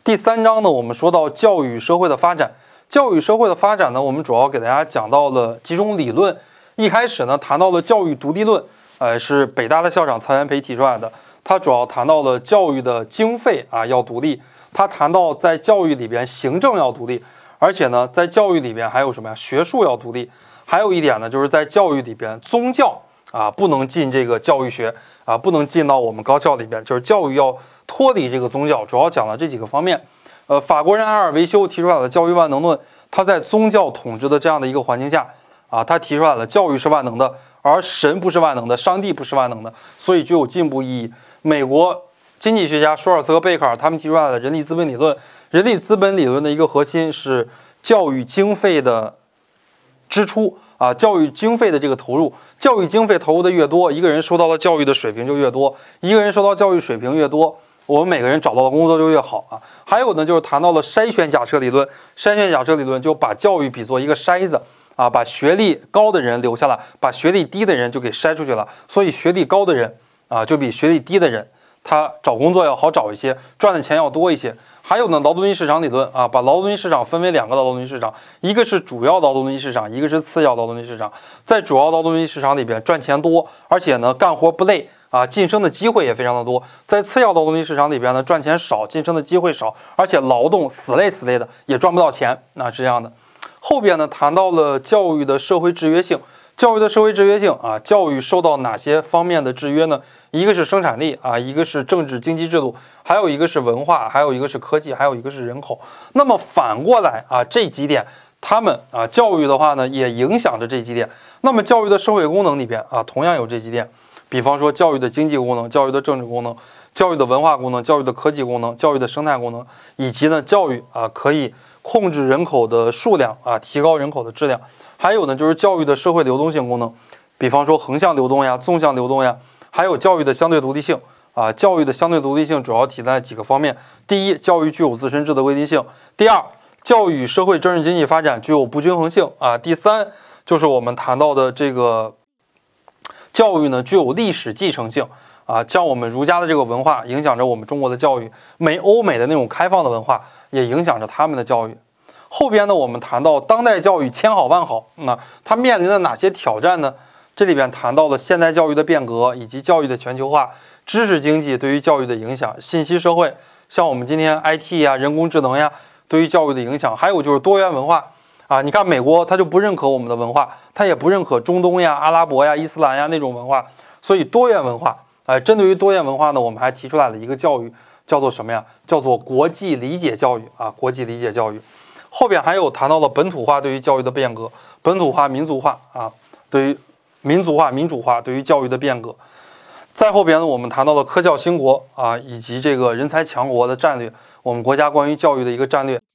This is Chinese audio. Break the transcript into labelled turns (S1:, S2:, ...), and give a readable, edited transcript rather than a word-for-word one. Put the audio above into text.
S1: 第3章呢，我们说到教育与社会的发展。教育社会的发展呢，我们主要给大家讲到了几种理论。一开始呢，谈到了教育独立论，是北大的校长曹元培提出来的。他主要谈到了教育的经费要独立，他谈到在教育里边行政要独立，而且呢，在教育里边还有什么呀？学术要独立。还有一点呢，就是在教育里边，宗教不能进这个教育学不能进到我们高校里边，就是教育要脱离这个宗教。主要讲了这几个方面。法国人埃尔维修提出来的教育万能论，他在宗教统治的这样的一个环境下他提出来了教育是万能的，而神不是万能的，上帝不是万能的，所以具有进步意义。美国经济学家舒尔茨和贝克尔他们提出来的人力资本理论，人力资本理论的一个核心是教育经费的支出教育经费的这个投入，教育经费投入的越多，一个人受到的教育的水平就越多，一个人受到教育水平越多，我们每个人找到的工作就越好还有呢，就是谈到了筛选假设理论。筛选假设理论就把教育比作一个筛子把学历高的人留下来，把学历低的人就给筛出去了。所以学历高的人就比学历低的人他找工作要好找一些，赚的钱要多一些。还有呢，劳动力市场理论把劳动力市场分为2个劳动力市场，一个是主要劳动力市场，一个是次要劳动力市场。在主要劳动力市场里边赚钱多，而且呢干活不累晋升的机会也非常的多。在次要劳动力市场里边呢，赚钱少，晋升的机会少，而且劳动死累的，也赚不到钱是这样的。后边呢谈到了教育的社会制约性。教育的社会制约性教育受到哪些方面的制约呢？一个是生产力一个是政治经济制度，还有一个是文化，还有一个是科技，还有一个是人口。那么反过来这几点他们教育的话呢也影响着这几点。那么教育的社会功能里边同样有这几点，比方说教育的经济功能、教育的政治功能、教育的文化功能、教育的科技功能、教育的生态功能，以及呢教育可以控制人口的数量提高人口的质量。还有呢就是教育的社会流动性功能，比方说横向流动呀、纵向流动呀，还有教育的相对独立性教育的相对独立性主要体现在几个方面。第一，教育具有自身制的规定性；第二，教育与社会政治经济发展具有不均衡性第三，就是我们谈到的这个教育呢具有历史继承性像我们儒家的这个文化影响着我们中国的教育，欧美的那种开放的文化也影响着他们的教育。后边呢我们谈到当代教育千好万好，它面临了哪些挑战呢？这里边谈到了现代教育的变革，以及教育的全球化、知识经济对于教育的影响、信息社会，像我们今天 IT 人工智能对于教育的影响，还有就是多元文化你看美国它就不认可我们的文化，它也不认可中东阿拉伯伊斯兰那种文化，所以多元文化针对于多元文化呢，我们还提出来了一个教育，叫做什么呀？叫做国际理解教育国际理解教育。后边还有谈到了本土化对于教育的变革，本土化、民族化对于民族化、民主化对于教育的变革。再后边呢，我们谈到了科教兴国以及这个人才强国的战略，我们国家关于教育的一个战略。